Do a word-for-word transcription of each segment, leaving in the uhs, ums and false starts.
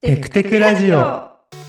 テクテクラジオ。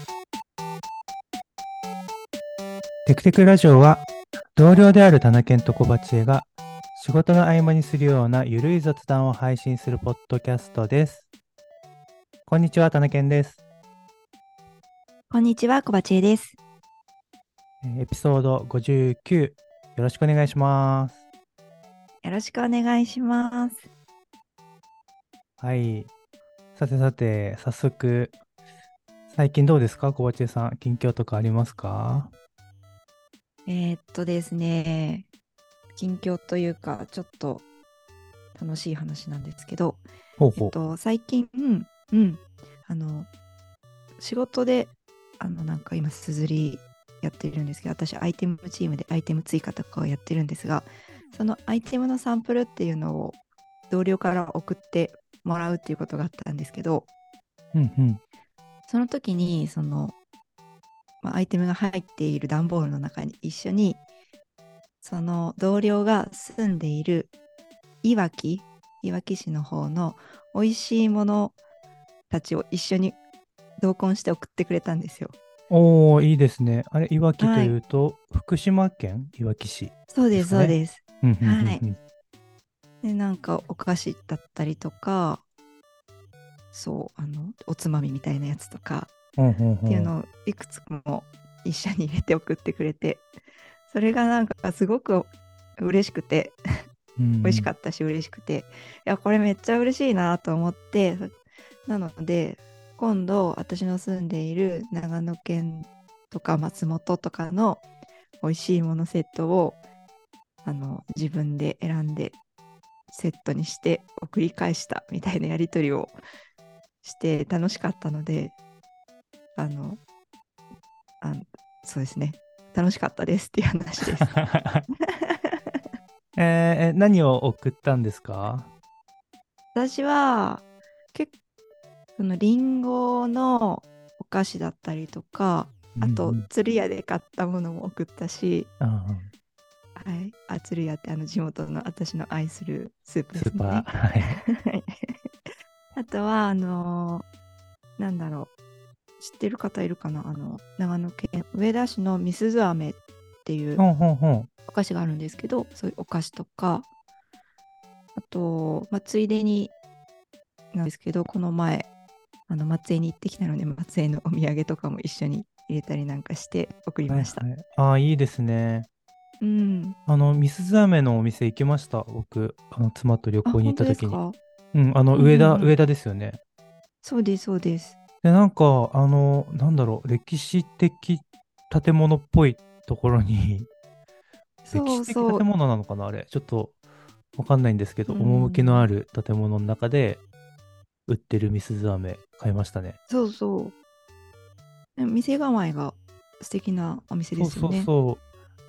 テクテクラジオは同僚であるタナケンとコバチエが仕事の合間にするようなゆるい雑談を配信するポッドキャストです。こんにちは、タナケンです。 こんにちは、コバチエです。 エピソードごじゅうきゅう、よろしくお願いします。 よろしくお願いします。 はい。さてさて、早速、最近どうですか、コバチエさん。近況とかありますか？ えー、っとですね、近況というか、ちょっと楽しい話なんですけど、 ほうほう。 えっと、最近、うん、うん、あの、仕事で、あの、なんか今、すずりやってるんですけど、私、アイテムチームでアイテム追加とかをやってるんですが、そのアイテムのサンプルっていうのを同僚から送ってもらうっていうことがあったんですけど、 うんうん。 その時に、その、まあ、アイテムが入っている段ボールの中に一緒にその同僚が住んでいるいわき、いわき市の方の美味しいものたちを一緒に同梱して送ってくれたんですよ。 おー、いいですね。あれ、いわきとはい。 いうと、福島県いわき市そうです、 ですかね。 そうです。 うんうんうはい。 んうん。 で、なんかお菓子だったりとか、そう、あの、おつまみみたいなやつとかうんうんうん。 っていうのをいくつも一緒に入れて送ってくれて、それがなんかすごく嬉しくて、 うんう美味しん。 かったし嬉しくて、いやこれめっちゃ嬉しいなと思って、なので今度私の住んでいる長野県とか松本とかの美味しいものセットをあの自分で選んでセットにして送り返したみたいなやり取りをして楽しかったので、あのあそうですね、楽しかったですっていう話です。 えーえ何を送ったんですか？ 私は結そのリンゴのお菓子だったりとか、 うんうあとん。 鶴屋で買ったものも送ったし、 あー、 はい、あ、鶴屋ってあの地元の私の愛するスープですね。 スーパー。はい。 あとはあのーなんだろう、知ってる方いるかな、あの長野県上田市のみすず飴っていうほんほんほん。 お菓子があるんですけど、そういうお菓子とか、あと、まあ、ついでになんですけど、この前あの松江に行ってきたので、松江のお土産とかも一緒に入れたりなんかして送りました。 はいはい。ああ、いいですね。 うん。 あの、ミスズ飴のお店行きました。僕、あの、妻と旅あ、 行に行っ本当た時に。 ですか？ うん、あの、 うんうん上田、 うん。 上田ですよね。 そうです、そうです。 で、なんか、あの、なんだろう、歴史的建物っぽいところに、歴史的そうそう。 建物なのかな、あれ。ちょっとわかんないんですけど、 う趣のあん。 る建物の中で売ってるミスズ飴買いましたね。 そうそう。で店構えが素敵なお店でそうそうすよね。 そう。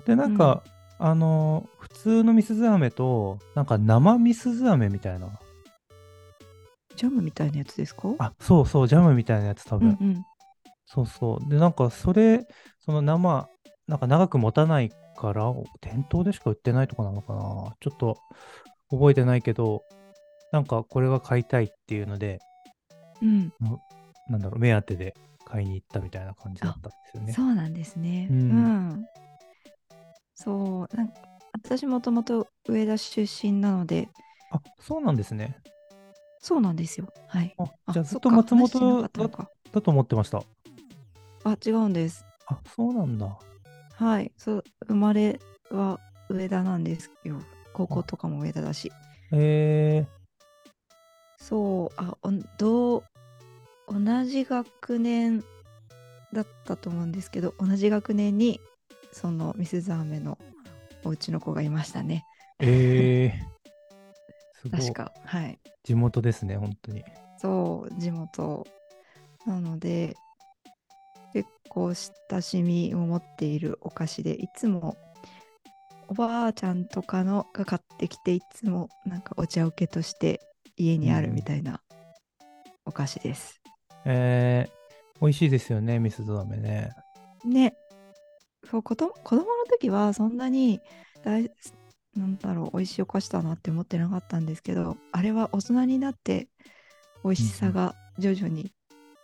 で、なうん。 んか、あのー普通のミスズ飴と、なんか生ミスズ飴みたいな。 ジャムみたいなやつですか？ あ、そうそう、ジャムみたいなやつ多分。 うんうん。 そうそう。で、なんかそれ、その生、なんか長く持たないから、店頭でしか売ってないとかなのかな。ちょっと覚えてないけど、なんかこれが買いたいっていうので、 うん。 のなんだろう、目当てで買いに行ったみたいな感じだっあ、 たんですよね。 そうなんですね。ううん。 ん。そう。なんか私もともと上田出身なので、 あ、そうなんですね。 そうなんですよ。はい。 あ、じあ、 ゃあずっそっか。 と松話してなか本だ、 ったのか。 だと思ってました。 あ、違うんです。 あ、そうなんだ。 はい。そう、生まれは上田なんですよ。高校あ、 とかも上田だし。 えそう、あ、おどう、同じ学年だったと思うんですけど、同じ学年に、そのミスザーメのお家の子がいましたね。 ー、えー、すごい。 確か。はい。 地元ですね、本当に。 そう、地元。なので、結構親しみを持っているお菓子で、いつもおばあちゃんとかのが買ってきて、いつもなんかお茶受けとして家にあるみうんうん。 たいなお菓子です。 えー、美味しいですよね、ミスド飴ね。 ね、そう、子供、子供の時はそんなに大、なんだろう、美味しいお菓子だなって思ってなかったんですけど、あれは大人になって美味うんうん。 しさが徐々に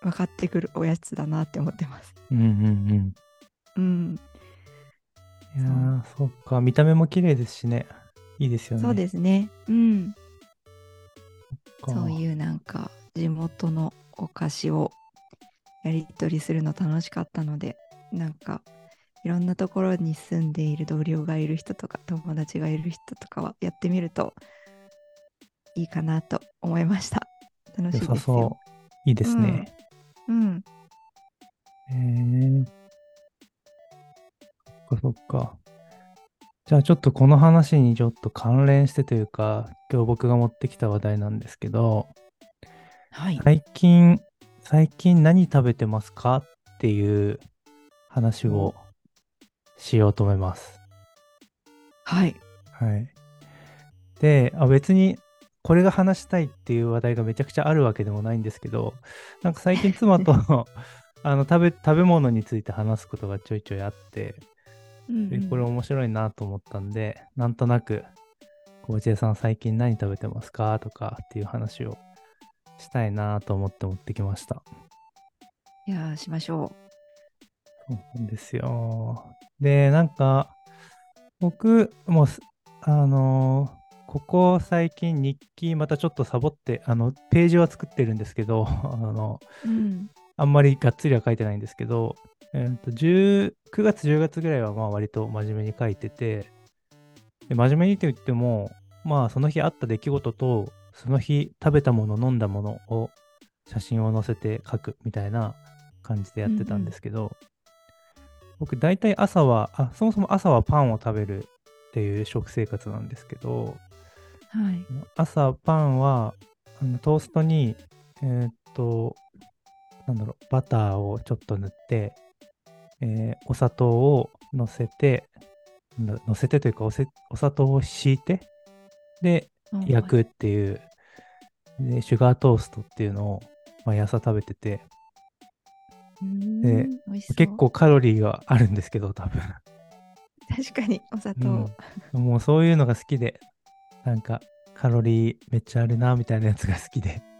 分かってくるおやつだなって思ってます。 うんうんうん。 うん。いやそう。 ー、そっか。見た目も綺麗ですしね。いいですよそうね。 ですね。うん。そうか。 いうなんか地元のお菓子をやり取りするの楽しかったので、なんかいろんなところに住んでいる同僚がいる人とか友達がいる人とかはやってみるといいかなと思いました。楽良しいですよ。 さそう。いいでうん。 すね。 うん。 えー、そっかそっか。じゃあちょっとこの話にちょっと関連してというか、今日僕が持ってきた話題なんですけど、 はい。 最近、最近何食べてますかっていう話お、 をしようと思います。 はい。 はい。で、あ、別にこれが話したいっていう話題がめちゃくちゃあるわけでもないんですけど、なんか最近妻とあの食べ、食べ物について話すことがちょいちょいあって、 うんうで、これん。 面白いなと思ったんで、なんとなく、コーチェさん最近何食べてますかとかっていう話をしたいなと思って持ってきました。 いやー、しましょそうなんですよ。で、なんか、僕、もうす、あのーここ最近日記またちょっとサボって、あの、ページは作ってるんですけど、あの、 う。うん。 あんまりがっつりは書いてないんですけど、えーと、じゅうくがつ、じゅうがつぐらいはまあ割と真面目に書いてて、で、真面目にと言っても、まあその日あった出来事と、その日食べたもの、飲んだものを写真を載せて書くみたいな感じでやってたんでうんうん。 すけど、僕大体朝は、あ、そもそも朝はパンを食べるっていう食生活なんですけど、 はい。 朝パンはあのトーストに、えーっと、なんだろう、バターをちょっと塗って、えーお砂糖を乗せて、な乗せてというかおせ、お砂糖を敷いて、で、 あ、はい。 焼くっていう、で、シュガートーストっていうのを毎朝食べてて、 うーで、 ん、美味しそう。 結構カロリーがあるんですけど、多分。 確かに、お砂糖。 うん。もうそういうのが好きで、なんかカロリーめっちゃあるな、みたいなやつが好きで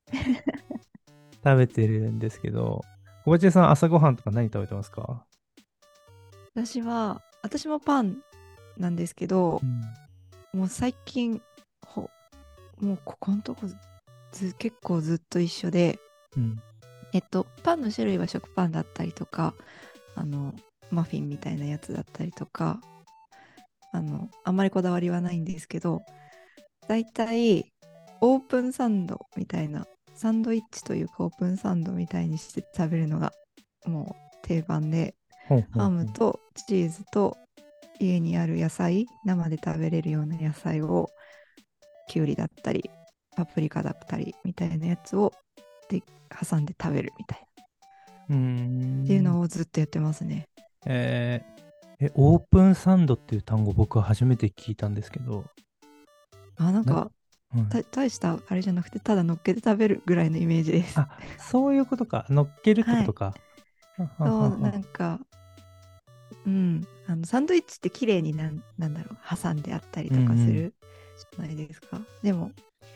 食べてるんですけど、小鉢さん朝ごはんとか何食べてますか？ 私は、私もパンなんですけど、 うん。 もう最近、ほ、もうここのとこず、結構ずっと一緒で、 うん。 えっと、パンの種類は食パンだったりとか、あの、マフィンみたいなやつだったりとか、あの、あんまりこだわりはないんですけど、だいたいオープンサンドみたいな、サンドイッチというかオープンサンドみたいにして食べるのがもう定番で、 ほうほうハムほう。 とチーズと家にある野菜、生で食べれるような野菜を、きゅうりだったり、パプリカだったりみたいなやつをで挟んで食べるみたいな。っうーていうん。 のをずっとやってますね。 えー、え、オープンサンドっていう単語僕は初めて聞いたんですけど、 あ、なんな、 か、 はい。 た大したあれじゃなくて、ただ乗っけて食べるぐらいのイメージです。 あ、そういうことか。乗っけるってはい。 ことか。ははそう、なはは。 んか、うん、あのサンドイッチって綺麗になん、なんだろう、挟んであったりうんうとかすん。 るじゃないですか。でも、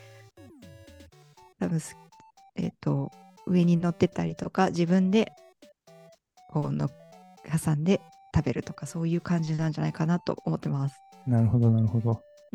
多分す、えっと、上に乗ってたりとか、自分でこうの挟んで食べるとか、そういう感じなんじゃないかなと思ってます。 なるほど、なるほど。 うん、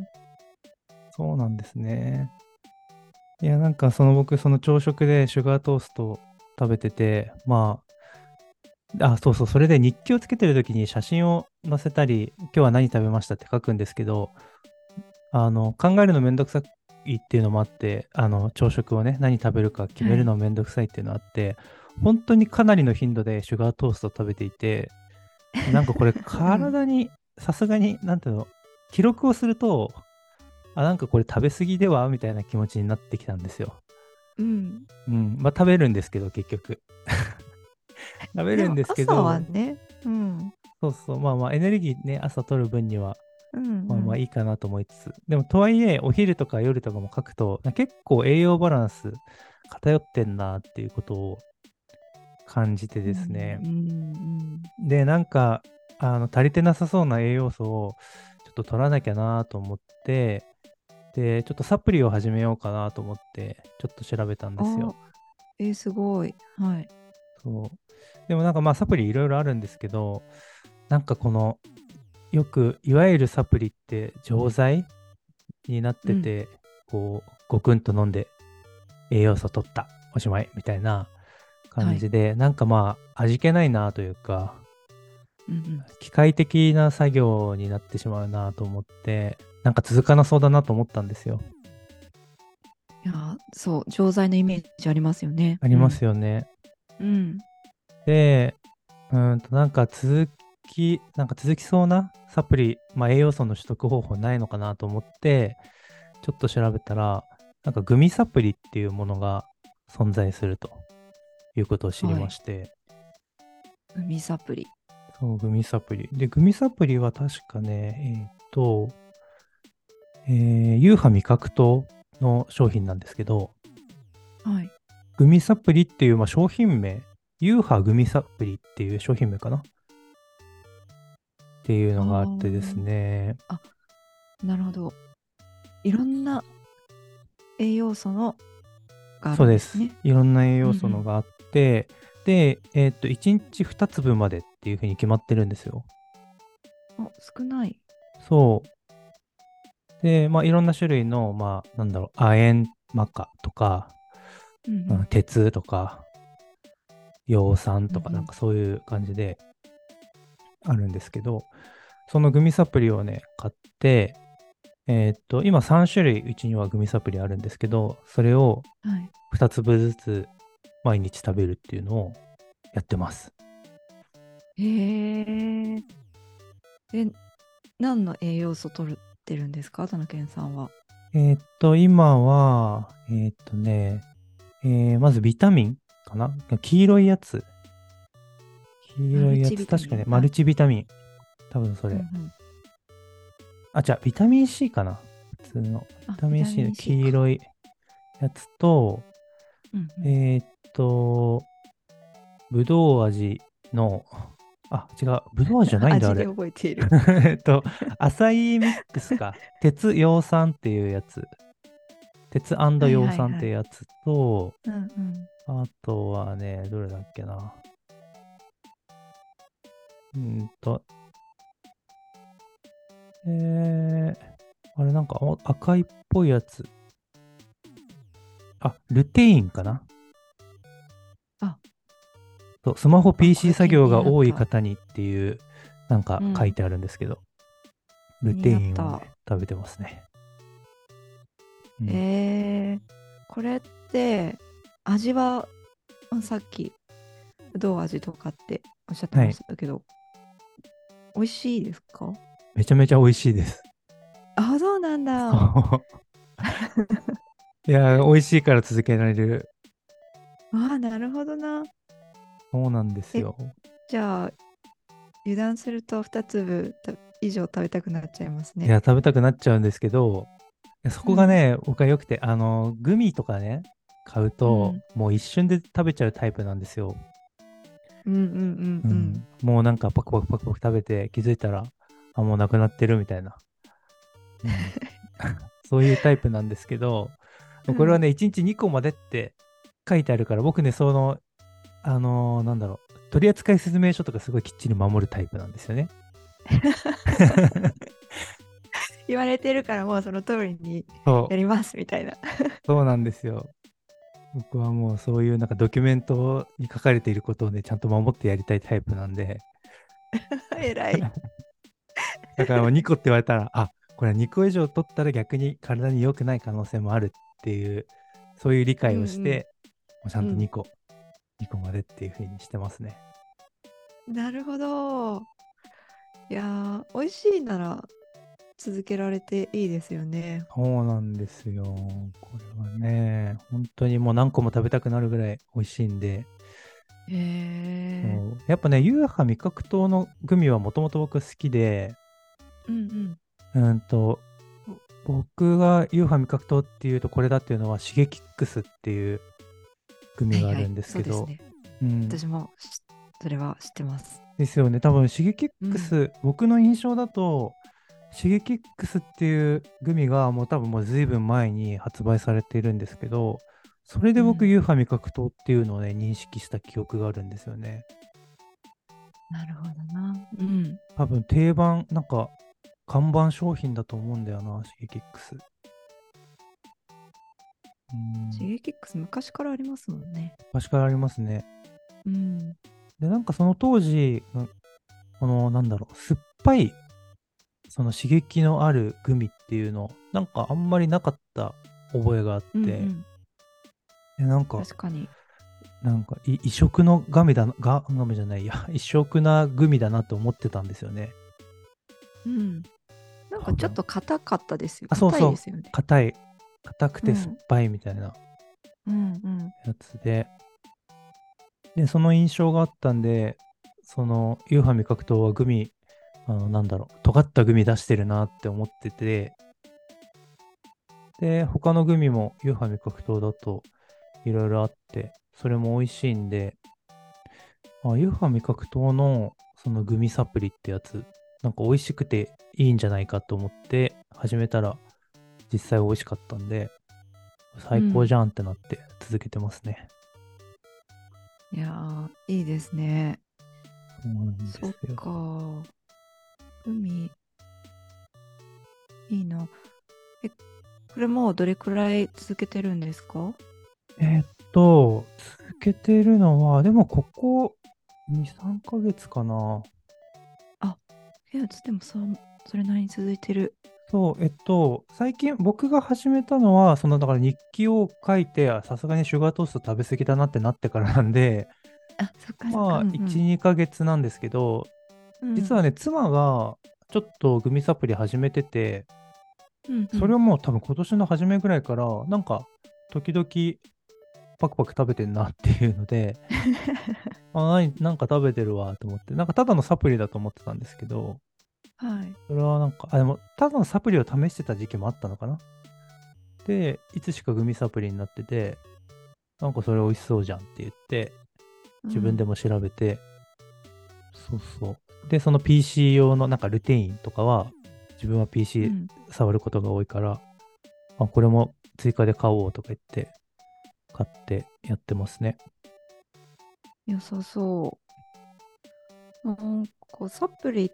そうなんですね。いや、なんかその僕、その朝食でシュガートーストを食べてて、まあ、あ、そうそう、それで日記をつけてるときに写真を載せたり、今日は何食べましたって書くんですけど、あの、考えるのめんどくさいっていうのもあって、あの、朝食をね、何食べるか決めはい。 るのめんどくさいっていうのあって、本当にかなりの頻度でシュガートーストを食べていて、なんかこれうん、 体にさすがに、なんていうの、記録をすると、あ、なんかこれ食べ過ぎではみたいな気持ちになってきたんですよ。 うん。 うん。まあ食べるんですけど、結局。食べでもるんですけ朝はど、 ね、うん、 そうそう、まあまあエネルギーね、朝取る分には、 うん、 まあまあうん。 いいかなと思いつつ。でもとはいえ、お昼とか夜とかも書くと、結構栄養バランス偏ってんなっていうことを感じてうん、 ですね。 うん、 で、なんか、あの、足りてなさそうな栄養素をちょっと取らなきゃなと思って、で、ちょっとサプリを始めようかなと思って、ちょっと調べたんですあ、 よ。 えー、すごい。はい。 そう。でもなんかまあサプリいろいろあるんですけど、なんかこの、よくいわゆるサプリって錠剤になっうん。 てて、こう、ごくんと飲んで栄養素取った、おしまいみたいなはい。 感じで、なんかまあ味気ないなというか、 うんうん。 機械的な作業になってしまうなと思って、なんか続かなそうだなと思ったんですよ。 いやー、そう、錠剤のイメージありますよね。 ありまうん。 すよね。 うん。 で、うーんとなんか続き、なんか続きそうなサプリ、まあ栄養素の取得方法ないのかなと思って、ちょっと調べたら、なんかグミサプリっていうものが存在するということを知りはい。 まして、 海サプリ。 そう、グミサプリ。で、グミサプリは確かね、えっと、えー、ユーハ味覚糖の商品なんですけど、 はい。 グミサプリっていう、まあ、商品名、ユーハグミサプリっていう商品名かなっていうあのがあってですーね、 あ、なるほど。いろんな栄養素のがあそうです。 るんですね。 いろんな栄養素のうんがあって、で、えっと、いちにちにつぶまでっていうふうに決まってるんですよ。 うん。お、少ない。 そう。で、まあ、いろんな種類の、まあ、なんだろう、亜鉛マカとか、 うんううん、 ん。 鉄とか、葉酸とか、なんうんうん。 かそういう感じであるんですけど、そのグミサプリをね、買って、えーっと、今さん種類うちにはグミサプリあるんですけど、それをはい。 につぶずつ毎日食べるっていうのをやってます。 へえ。で、何の栄養素取ってるんですか、田中健さんは。 えーっと、今は、えーっとね、えーまずビタミンかな黄色いやつ。黄マルチ色いやつ。確かね、 ビタミン。はい。 マルチビタミン。多分それ。 うんうん。 あ、じゃあ、ビタミン C かな普通の。ビあ、 タミンビタ C のミン C か。 黄色いやつと、 うんうん。 えーっと、ぶどう味の、あ、違う、ぶどう味じゃないんだ、あ味でれ。 覚えている。 えっと、アサイーミックスか。鉄葉酸っていうやつ。鉄はい葉酸っはいはい。 てやつと、 うんうん。 あとはね、どれだっけな。うーんと、えー、あれなんかお赤いっぽいやつ。あ、ルテインかな。 あ、 そう、スマホあ、こピーシー 作れ気業が多いになった。 方にっていう、なんかうん。 書いてあるんですけど、ルテ気になっインをね、 た。 食べてますね。うん。 えー、これって味はうんさっきぶどう味とかっておっしゃってまはい。 したけど、美味しいですか？ めちゃめちゃ美味しいです。 あ、そうなんそだ。 う。いやー、美味しいから続けられる。 あ、なるほどな。 そうなんですえ、 よ。 じゃあ油断するとに粒た以上食べたくなっちゃいますね。 いや、食べたくなっちゃうんですけど、いやそうん。 こがね、僕は良くて、あの、グミとかね、買うと、 うん。 もう一瞬で食べちゃうタイプなんですよ。 うんうんうんうん。 うん。もうなんかパクパクパクパク食べて気づいたら、あ、もうなくなってるみたいな。うん。そういうタイプなんですけど、 うん。 これはね、いちにちにこまでって書いてあるから、僕ね、その、あのーなんだろう、取扱説明書とかすごいきっちり守るタイプなんですよね。 言われてるからもうその通りにそう、 やりますみたいな。 そうなんですよ。僕はもうそういうなんかドキュメントに書かれていることをね、ちゃんと守ってやりたいタイプなんで、 偉い。 だからもうにこって言われたら、あ、これはにこ以上取ったら逆に体に良くない可能性もあるっていう、そういう理うん解をして、もうちゃんとうんにこ、にこまでっていう風にしてますね。 うん。なるほど。いやー、美味しいなら続けられていいですよね。 そうなんですよ。これはね、本当にもう何個も食べたくなるぐらい美味しいんで、 へえ。 そうやっぱね、ユーハ味覚糖のグミはもともと僕好きで、 うんうん。 うんと、僕がユーハ味覚糖っていうとこれだっていうのは、シゲキックスっていうグミはいはい。 があるんですけど、 そうですね。 うん。 私もしそれは知ってます。 ですよね。多分、シゲキッうん。 クス、僕の印象だと、シゲキックスっていうグミがもう多分もう随分前に発売されているんですけど、 それで僕、 うん。 ユーファ味覚糖っていうのをね、認識した記憶があるんですよね。 なるほどな。うん。 多分定番、なんか、看板商品だと思うんだよな、シゲキックス。うーん、 シゲキックス昔からありますもんね。 昔からありますね。 うん。 で、なんかその当時、うんこの、なんだろう、酸っぱい、その刺激のあるグミっていうの、なんかあんまりなかった覚えがあっうんうて、 ん。 で、なんか、 確かに。 なんかい異色のガミだな、ガ、ガミじゃないや、異色なグミだなと思ってたんですよね。 うん。なんか多分。 ちょっと硬かったですよ。 あ、そう硬いそう。 ですよね。 硬い。硬くて酸っうん。 ぱいみたいなうんうん。 やつで、で、その印象があったんで、その、ユーハ味覚糖はグミ、あの、なんだろう、尖ったグミ出してるなって思ってて、で、他のグミもユーハ味覚糖だといろいろあって、それも美味しいんで、あ、ユーハ味覚糖のそのグミサプリってやつ、なんか美味しくていいんじゃないかと思って始めたら実際美味しかったんで、最高うん。 じゃんってなって続けてますね。 いやー、いいですね。 そうなんでそっすよ。 か。海、いいな。え、これもうどれくらい続けてるんですか？ えーっと、続けてるのは、でもここに、さんかげつかな。 あ、いや、つってもそ、それなりに続いてる。 そう、えっと、最近僕が始めたのは、その、だから日記を書いて、あさすがにシュガートースト食べ過ぎだなってなってからなんで、 あ、そっかそっか。 まあ、いち、 うんにかげつなんですけど、 うん。うん。 実はね、妻がちょっとグミサプリ始めてて、 うんうん。 それをもう多分今年の初めぐらいから、なんか、時々パクパク食べてんなっていうので、あ、何なんか食べてるわと思って、なんかただのサプリだと思ってたんですけど、 はい。 それはなんか、あ、でも、ただのサプリを試してた時期もあったのかな。で、いつしかグミサプリになってて、なんかそれ美味しそうじゃんって言って、自分でうん。 も調べて、そうそう。で、その ピーシー 用のなんかルテインとかは、自分はうピーシーん。 触ることが多いから、あ、これも追加で買おうとか言って、買ってやってますね。 良さそう。なんかサプリって、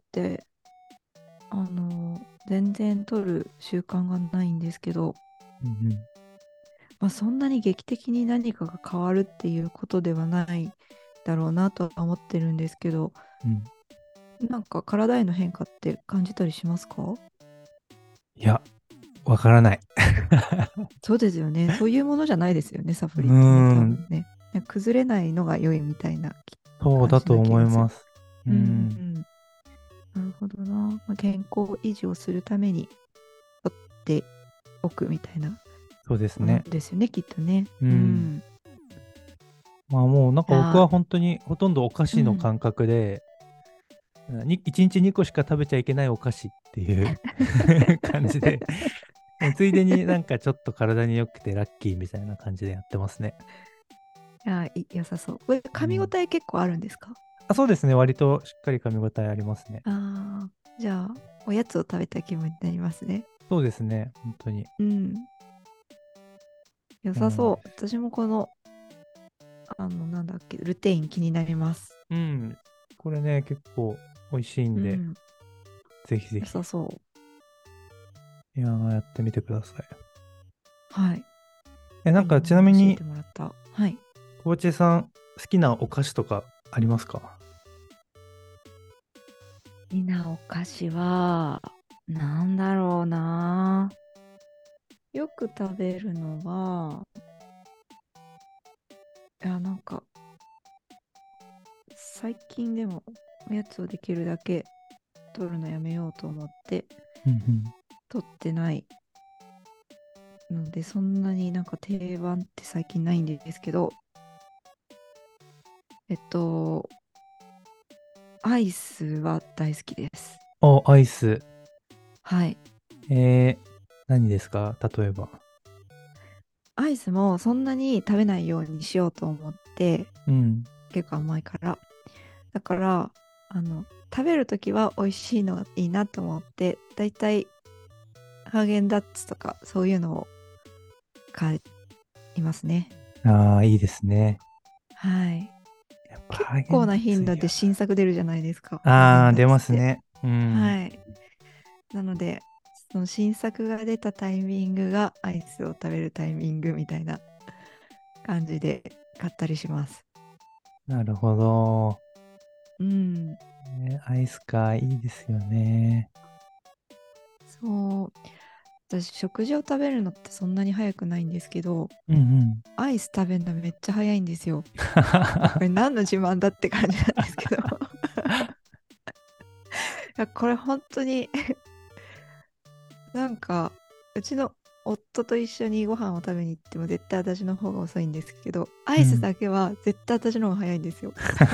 あの、全然取る習慣がないんですけど、 うんまあ、そんなに劇的に何かが変わるっていうことではないだろうなとは思ってるんですけど、 うん。うん。 なんか体への変化って感じたりしますか？ いや、わからない。 そうですよね。そういうものじゃないですよね、サうープリってね、多ん、 分ね。なんか崩れないのが良いみたいなそう感じだと思いな気がする。 ます。ううんうん、 ん。なるほどな。まあ、健康維持をするために取っておくみたいなそうですものね。 ですよね、きっとね。 うん。 うん。 まあもうなんか僕あ、 は本当にほとんどお菓うん。 子の感覚で、にいちにちにこしか食べちゃいけないお菓子っていう感じで、ついでになんかちょっと体に良くてラッキーみたいな感じでやってますね。 あ、い良さそう。これ、噛み応うん。 え結構あるんですか？ あ、そうですね。割としっかり噛み応えありますね。 ああー、じゃあ、おやつを食べた気分になりますね。 そうですね。本当に。 うん。良そうなんでさそう。私もこの、あの、なんだっけ、ルテイン気になります。 す。うん。これね、結構美味しいんで、 うん。 ぜひぜひ。 良さそう。 いやー、やってみてください。 はい。 え、なんかいいのを教えちなみに、 てもらった。はい。 コーチさん、好きなお菓子とかありますか？ 好きなお菓子は、なんだろうな。よく食べるのは、いや、なんか、最近でも、おやつをできるだけ取るのやめようと思って、 うんうん。 取ってないので、そんなになんか定番って最近ないんですけど、えっと、アイスは大好きです。 お、アイス。 はい。 えー、何ですか例えば。 アイスもそんなに食べないようにしようと思って、 うん。 結構甘いから。だから、あの、食べるときは美味しいのがいいなと思って、だいたいハーゲンダッツとかそういうのを買いますね。 ああ、いいですね。 はい。 やっぱ結ハーゲンダ構なッツいいよ頻度で新作出るじゃないですか、ハーゲな。ああ、 ンダッ出ツって。 ますね。うん。 はい。なので、その新作が出たタイミングがアイスを食べるタイミングみたいな感じで買ったりします。 なるほど。 うん。 ね、アイスか、いいですよね。 そう。私、食事を食べるのってそんなに早くないんですけど、 うんうん。 アイス食べるのめっちゃ早いんですよ。これ何の自慢だって感じなんですけど。いや、これ本当になんか、うちの夫と一緒にご飯を食べに行っても絶対私の方が遅いんですけど、アイスうん。 だけは絶対私の方が早いんですよ。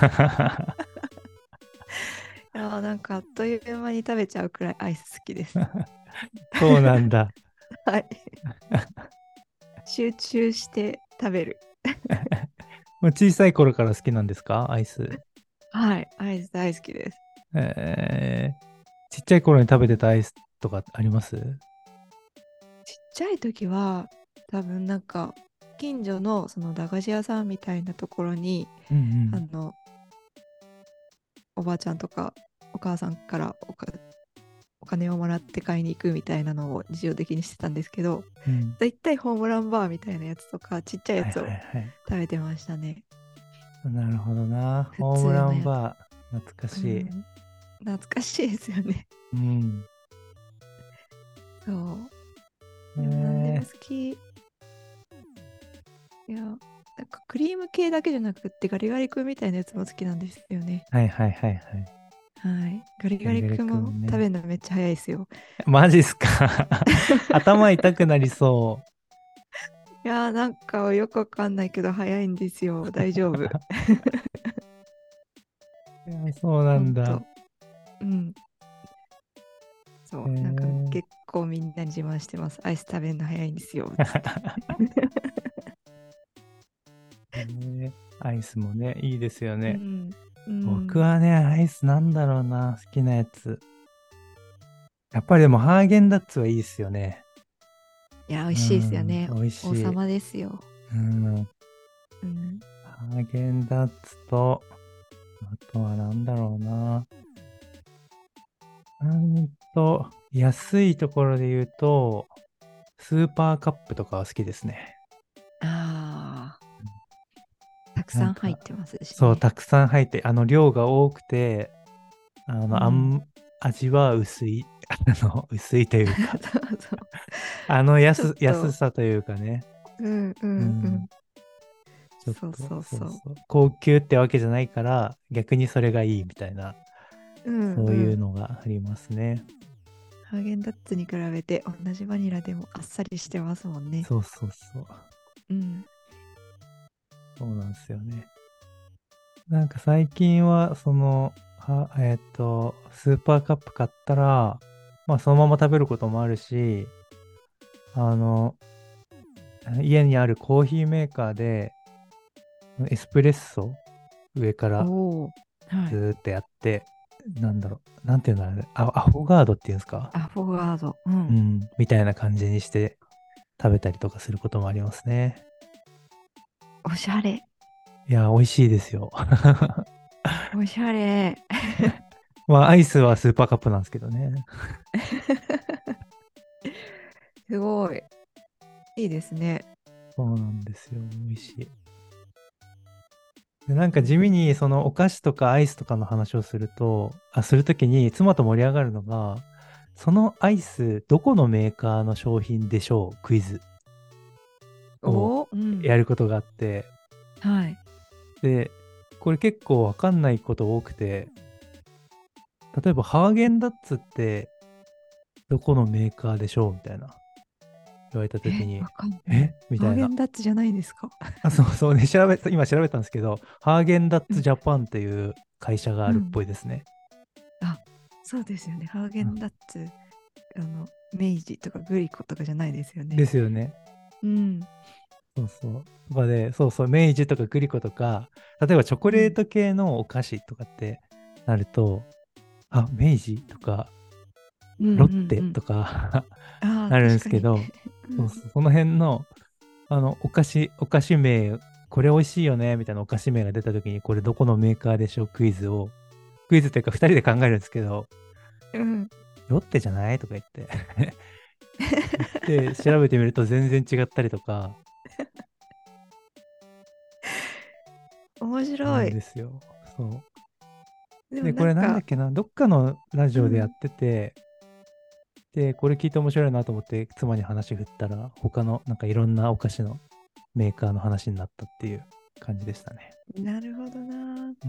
いやー、なんかあっという間に食べちゃうくらいアイス好きです。 そうなんだ。 はい。集中して食べる。 もう小さい頃から好きなんですかアイス？ はい。アイス大好きです。 えー、ちっちゃい頃に食べてたアイスとかあります？ ちっちゃい時は、多分なんか、近所のその駄菓子屋さんみたいなところに、 うんうん。 あの、おばあちゃんとかお母さんからおかお金をもらって買いに行くみたいなのを日常的にしてたんですけど、 うん。 だいたいホームランバーみたいなやつとか、ちっちゃいやはいつをはいはい。 食べてましたね。 なるほどな。 普ホームラ通のやつ。 ンバー、懐かしい。 うん。懐かしいですよね。 うん。 そう。でも何でもね好き。いや、なんかクリーム系だけじゃなくってガリガリ君みたいなやつも好きなんですよね。 はいはいはいはい。 はい。ガリガリガリガリ君も君ね。 食べるのめっちゃ早いですよ。 マジっすか？頭痛くなりそいやー、なんかよくわかんないけど早いんですよ。大丈夫。 う。いや、そうなんだ。 ほんと。うん。そえう。なんかー、 結構みんなに自慢してます。アイス食べるの早いんですよ。つって。 えーアイスもね、いいですよね。 うん。うん。 僕はね、アイスなんだろうな、好きなやつ。やっぱりでもハーゲンダッツはいいですよね。 いや、美味うしいですよん、 ね。 美味しい。 王様ですよ。 うん、 うん。 ハーゲンダッツと、あとはなんだろうな。うんと、安いところで言うと、スーパーカップとかは好きですね。 ああ、たくさん入っなんか、 てますしそう、 ね。 たくさん入って、あの、量が多くて、あの、あうん。 ん、味は薄い。あの、薄いというか、 そうそう。 あのちょっ安、安と、 さというかね。 うんうんううん。 ん。 ちょっそうと、 そうそう。 そうそう。高級ってわけじゃないから、逆にそれがいいみたいな、 うんそういううん。 のがありますね。 ハーゲンダッツに比べて同じバニラでもあっさりしてますもんね。 そうそうそう。 うん。 そうなんですよね。なんか最近は、その、は、えっと、スーパーカップ買ったら、まあそのまま食べることもあるし、あの、家にあるコーヒーメーカーで、エスプレッソ上からおお。はい。 ずーっとやって、なんだろう、なんていうんだろうね、ア、アフォガードっていうんですか？ アフォガード。うん。 うん、みたいな感じにして食べたりとかすることもありますね。 おしゃれ。 いや、美味しいですよ。 おしゃれ。 まあ、アイスはスーパーカップなんですけどね。 すごい。いいですね。 そうなんですよ。美味しい。で、なんか地味うん。 にそのお菓子とかアイスとかの話をすると、あ、するときに妻と盛り上がるのが、そのアイスどこのメーカーの商品でしょうクイズをおお。うん。 やることがあって、 はい。 で、これ結構わかんないこと多くて、例えばハーゲンダッツってどこのメーカーでしょうみたいな言われたときえ、 に、 わかんない。 えみたいな。 ハーゲンダッツじゃないですか？ あ、そうそうね、調べ、今調べたんですけど、ハーゲンダッうん。 ツジャパンっていう会社があるっうん。 ぽいですね。 あ、そうですよね。ハーゲうん、 ンダッツ、あの、明治とかグリコとかじゃないですよね。 ですよね。 うん。 そうそう。とかで、そうそう、明治とかグリコとか、例えばチョコレーうん。 ト系のお菓子とかってなると、あ、明治とか、 うんうんロッテうん。 とかああ、 なるんで確かに。 すけど、 うん。 そうそう、その辺のあの、お菓子、お菓子名、これ美味しいよね、みたいなお菓子名が出た時に、これどこのメーカーでしょうクイズを、クイズというかふたりで考えるんですけど、 うん。 ロッテじゃないとか言って言って、調べてみると全然違ったりとか面するん白い。 ですよ。そう。 でもで、これなんだっなんか、 けな、どっかのラジうん。 オでやってて、で、これ聞いて面白いなと思って妻に話振ったら、他のなんかいろんなお菓子のメーカーの話になったっていう感じでしたね。 なるほどな。 うん。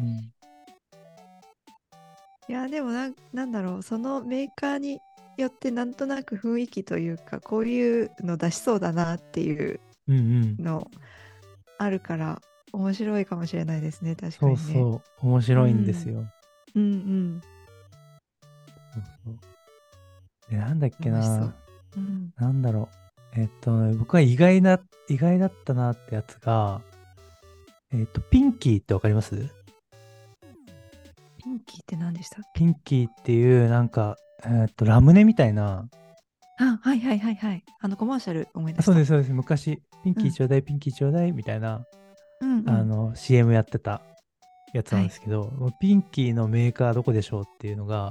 いや、でもなん、なんだろう、そのメーカーによってなんとなく雰囲気というか、こういうの出しそうだなっていううんうん。 のあるから、面白いかもしれないですね、確かそうにね。 そう、面う白いんですん、 よ。 うんそうそう。で、なんだっうん、美味しそう。 けな、 うん。 なんだろう。えっとね、僕は意外な、意外だったなってやつが、えっと、ピンキーってわかります？ ピンキーって何でしたっけ？ ピンキーっていう、なんか、えっと、ラムネみたいな、 あ、はいはいはいはい。あのコマーシャル思い出あ、 した。 そうです、そうです。昔、ピンうん、 キーちょうだい、ピンキーちょうだい、みたいな、 うんうん。 あの、シーエム やってたやつなはい。 んですけど、ピンキーのメーカーどこでしょうっていうのが、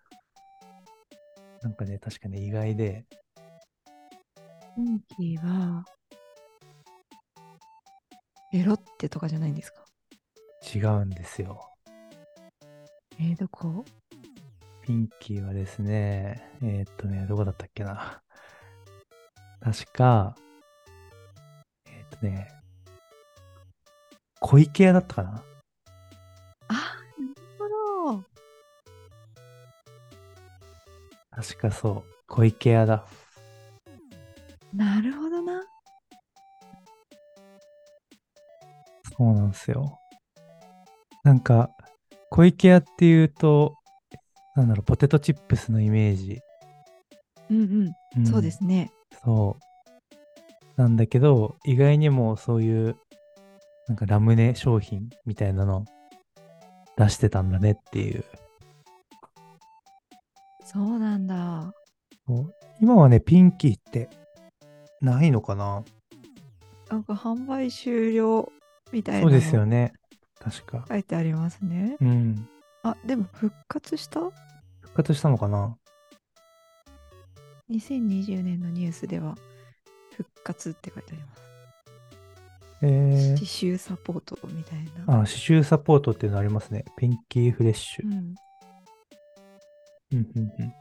なんかね、確かね、意外で、 ピンキーは、エロッテとかじゃないんですか？ 違うんですよ。 えー、どこ？ ピンキーはですね、えーっとね、どこだったっけな。確か、えーっとね、小池屋だったかな。 あ、なるほど。 確かそう、小池屋だ。 なるほどな。 そうなんですよ。なんか、小池屋っていうと、なんだろう、ポテトチップスのイメージ。 うんうん。そうでうん。 すね。 そう。なんだけど、意外にもそういう、なんかラムネ商品みたいなの出してたんだねっていう。 そうなんだ。 そう今はね、ピンキーってないのかな？ なんか販売終了みたいそうでなのすよね。確か。 書いてありますね。 うん。 あ、でも復活した？ 復活したのかな？ にせんにじゅう 年のニュースでは復活って書いてあります。 えー、 刺繍サポートみたいな。 あ、刺繍サポートっていうのありますね。ピンキーフレッシュ。 うん。 うん、うん、うん。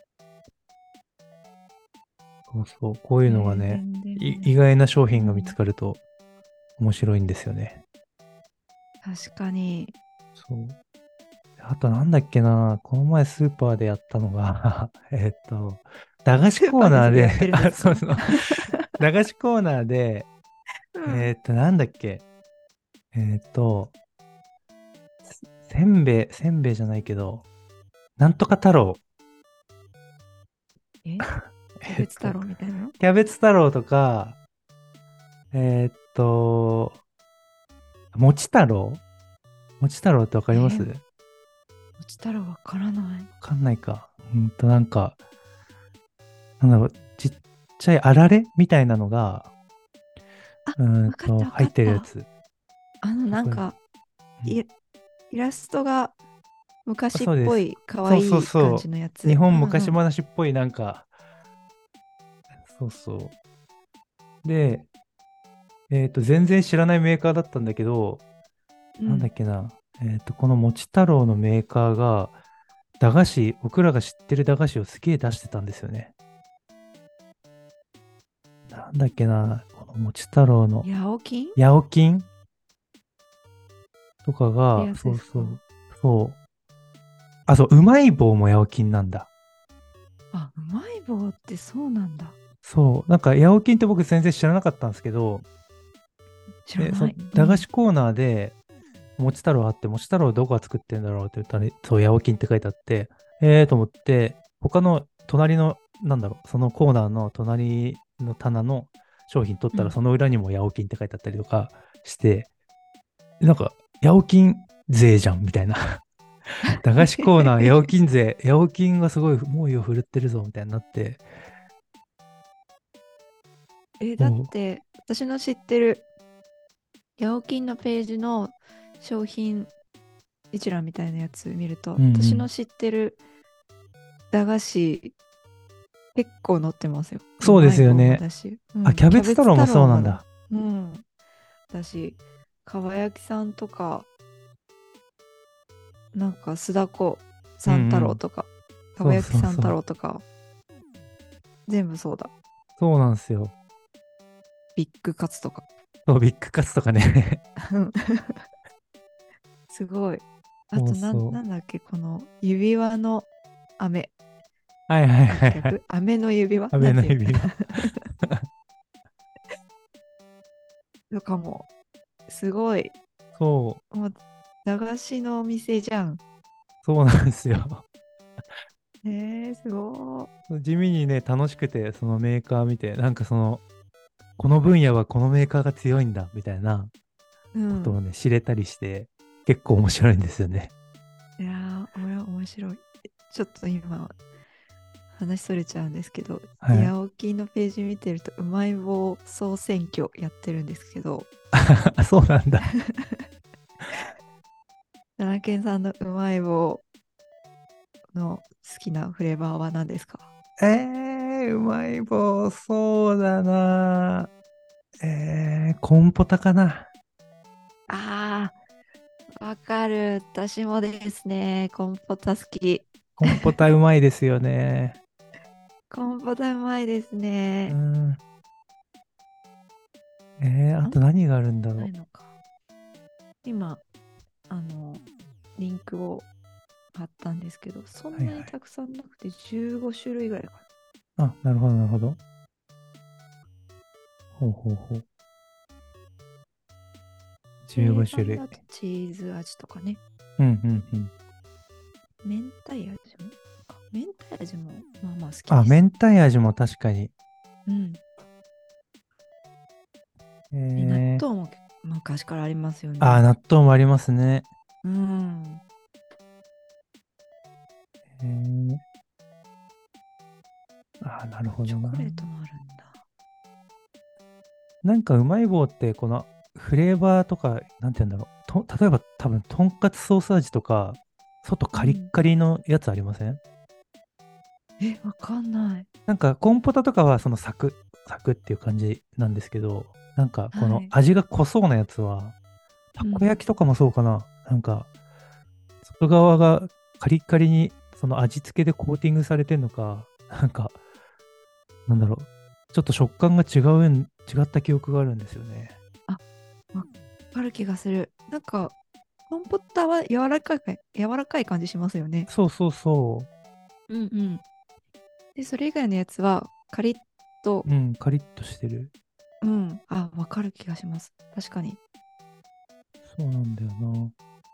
そうそう。こういうえのがね、 ー、全い然。 意外な商品が見つうん。 かると面白いんですよね。 確かに。 そう。あとなんだっけな、この前スーパーでやったのがえっと、駄菓子スーパーでコーナーでそれやってるんであ、 すか？ そうそう、駄菓子コーナーで、 うん。 えっと、なんだっけ、えっと、せせんべい、せんべいじゃないけど、なんとか太郎。 えキャえっと、 ベツ太郎みたいな？ キャベツ太郎とか、えっと、もち太郎もち太郎ってわかります？わえー、落ちたらわからない。 かんないか。うんと、なんか、なんだろう、ちっちゃいあられみたいなのが、 あ、 うーんと、 わかったわ入かった。 ってるやつ。 あの、 わかる？ なんか、 うん、 イ、イラストがあ、 昔っそうです。 ぽい可そうそう愛い感そじのやう。日つ。う本んうん。 昔話っぽいなんか、そうそう。で、えっと、全然知らないメーカーだったんだけど、なんだうん。 っけな。えっと、このもち太郎のメーカーが、駄菓子、僕らが知ってる駄菓子をすげえ出してたんですよね。なんだっけな。このもち太郎の、 ヤオキンっヤオキンとかが、 てやつですか？ そうそう、そう。あ、そう、うまい棒もヤオキンなんだ。 あ、うまい棒ってそうなんだ。 そう。なんか、ヤオキンって僕全然知らなかったんですけど、で、その知らない。うん。 駄菓子コーナーで、もち太郎あって、もち太郎どこが作ってんだろうって言ったら、そう、ヤオキンって書いてあって、えーと思って、他の隣の、なんだろう、そのコーナーの隣の棚の商品取ったら、 うん。 その裏にもヤオキンって書いてあったりとかして、なんか、ヤオキン勢じゃんみたいな。駄菓子コーナー、ヤオキン勢、ヤオキンがすごい猛威を振るってるぞみたいになって、 え、だっそて、私の知ってるヤオキンのページの商品一覧みたいなやつ見ると、 う。うんうん。 私の知ってる駄菓子結構載ってますよ。うそうでまいすよね。 棒もだし、うあ、 ん、 キャベキャベツ太ツ太郎もそう郎もだ。 なんだ。 うん。だし、かば焼きさんとか、なんか須田子うんう三太郎ん。 とか、かそうば焼き三太そうそう。 郎とか、全部そうだ。 そうなんですよ。 ビッグカツとか。 そう、ビッグカツとかね。 うんすごい。あそうとなん、 そう。 なんだっけ、この指輪の飴。 はいはいあ、 はいはい。 逆飴の指輪飴なんていうの指輪。 とかも、すごい。 そう、 もう、駄菓子のお店じゃん。 そうなんですよ。 えー、すご地味にね、楽しくて、そのメーカー見て、なんかその、この分野はこのメーカーが強いんだ、みたいない。うん。 ことをね、知れたりして、結構面白いんですよね。 いやー、俺は面白い。ちょっと今、話それちゃうんですけど、 はい。 ヤオキのページ見てると、うまい棒総選挙やってるんですけど、 あ、そうなんだ。 奈良県産のうまい棒の好きなフレーバーは何ですか？ えー、うまい棒、そうだな。えー、コンポタかな。 あー、わかる。私もですね。コンポタ好き。 コンポタうまいですよね。 コンポタうまいですね。 うん。えー、ああんまと何があるんだろないのか。今、あの、リンクを貼ったんですけど、そう。はいはい。 んなにたくさんなくてじゅうご種類ぐらいかあ、なるほど、なるほど。ほうほうほう。15 定種類。 番だとチーズ味とかね。 うんうんうん。 明太味もあ明太味もまあまあ好きあ、 です。 明太味も確かに。 うん。 ええ、納ー、 豆も昔からありますよあ、 ね。 納豆もありますね。 うん。 えー、あ、なるほどな。 チョコレートもあるんだ。 なんかうまい棒って、このフレーバーとか、なんて言うんだろう。と、例えば多分、とんかつソース味とか、外カリッうん。 カリのやつありません？ え、わかんない。 なんかコンポタとかはそのサクッ、サクっていう感じなんですけど、なんかこはい。 の味が濃そうなやつは、たうん。 こ焼きとかもそうかな。なんか、外側がカリッカリにその味付けでコーティングされてんのか、なんか、なんだろう。ちょっと食感が違うん、違った記憶があるんですよね。 あ、わかる気がする。なんか、コンポタは柔らかい、柔らかい感じしますよね。 そうそうそうんうん。で、それ以外のやつは、カリッと、 う。うん、カリッとしてる。 うん。あ、わかる気がします。確かに。 そうなんだよな。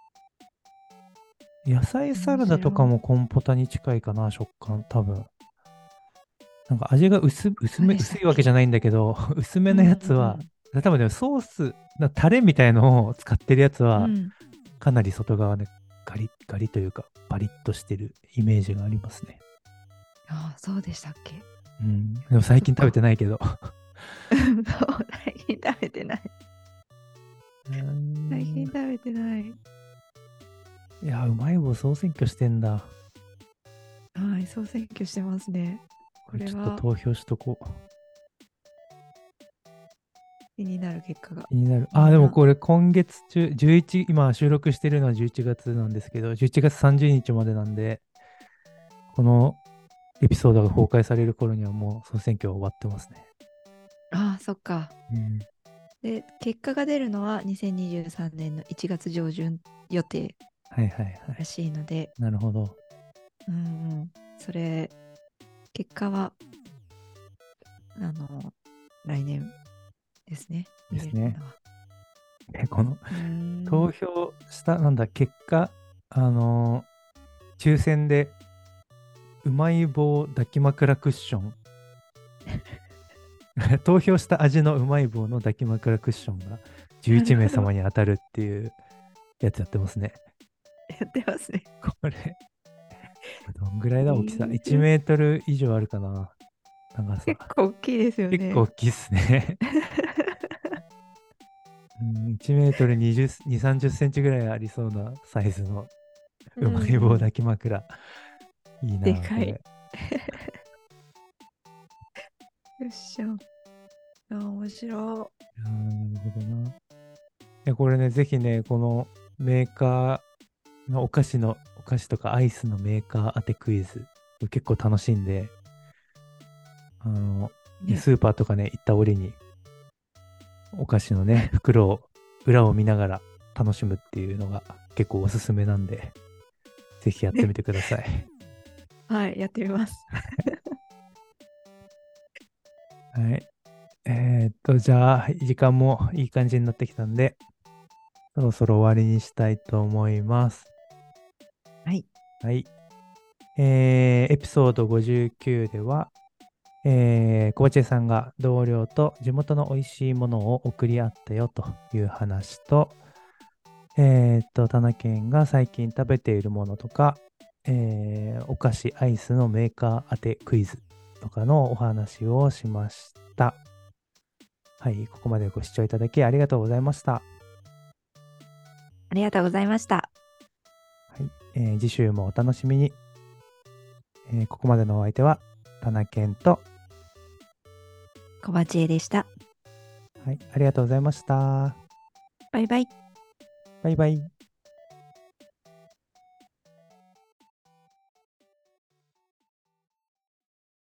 野菜サ面ラダとか白い。 もコンポタに近いかな、食感、多分。なんか味が薄、薄め、 どうでしたっけ？ 薄いわけじゃないんだけど、薄めのやうんつは、 うん多分でもソース、なタレみたいのを使ってるやつは、 うん。うん。 かなり外側でガリッガリというか、パリッとしてるイメージがありますね。 ああ、そうでしたっけ？ うん。でも最近食べてそっか。 ないけど。 そう、最近食べてない。 うーん。 最近食べてない。 いや、うまい棒総選挙してんだ。 はい、総選挙してますね。 これこれはちょっと投票しとこう。 気になる結果が。 気になる。あ、 みんな。 でもこれ今月中、じゅういち、今収録してるのはじゅういちがつなんですけど、じゅういちがつさんじゅうにちまでなんで、このエピソードが公開される頃にはもう総選挙は終わってますね。 ああ、そっか。 うん。 で、結果が出るのはにせんにじゅうさんねんのいちがつ上旬予定はいはいはらい。 しいので、 なるほど。 うんうん。それ、結果は、あの、来年ですね。見ですね。 れるのは。 え、このうーん。 投票した、なんだ、結果、あのー抽選で、うまい棒抱き枕クッション。投票した味のうまい棒の抱き枕クッションが11 なるほど。 名様に当たるっていうやつやってますね。 やってますね。 これ、どんぐらいだ大きさ。いちにじゅうメートル以上あるかな。 長さ。 結構大きいですよね。 結構大きいっすね。うん、いちメートルにじゅう、に、さんじゅっセンチぐらいありそうなサイズのうんうまい棒うん。 抱き枕。いいなあ、 でかい。 これ。 よっしゃ。あ、面白あーなるほどな。いや、これね、ぜひね、このメーカーのお菓子の、お菓子とかアイスのメーカー当てクイズ、結構楽しいんで、あの、 い。 ねね。 スーパーとかね、行った折に、お菓子のね、袋を、裏を見ながら楽しむっていうのが結構おすすめなんで、ぜひやってみね。 てください。 はい、やってみます。 はい。えーっと、じゃあ、時間もいい感じになってきたんで、そろそろ終わりにしたいと思います。 はい。 はい。えーエピソードごじゅうきゅうでは、えー、小鉢さんが同僚と地元の美味しいものを送り合ったよという話と、えーっと、タナケンが最近食べているものとか、えーお菓子、アイスのメーカー当てクイズとかのお話をしました。はい、ここまでご視聴いただきありがとうございました。はありがとうございました。 い、えー次週もお楽しみに。えーここまでのお相手は、タナケンと、 小鉢江でした。 はい、ありがとうございました。 バイバイ。 バイバイ。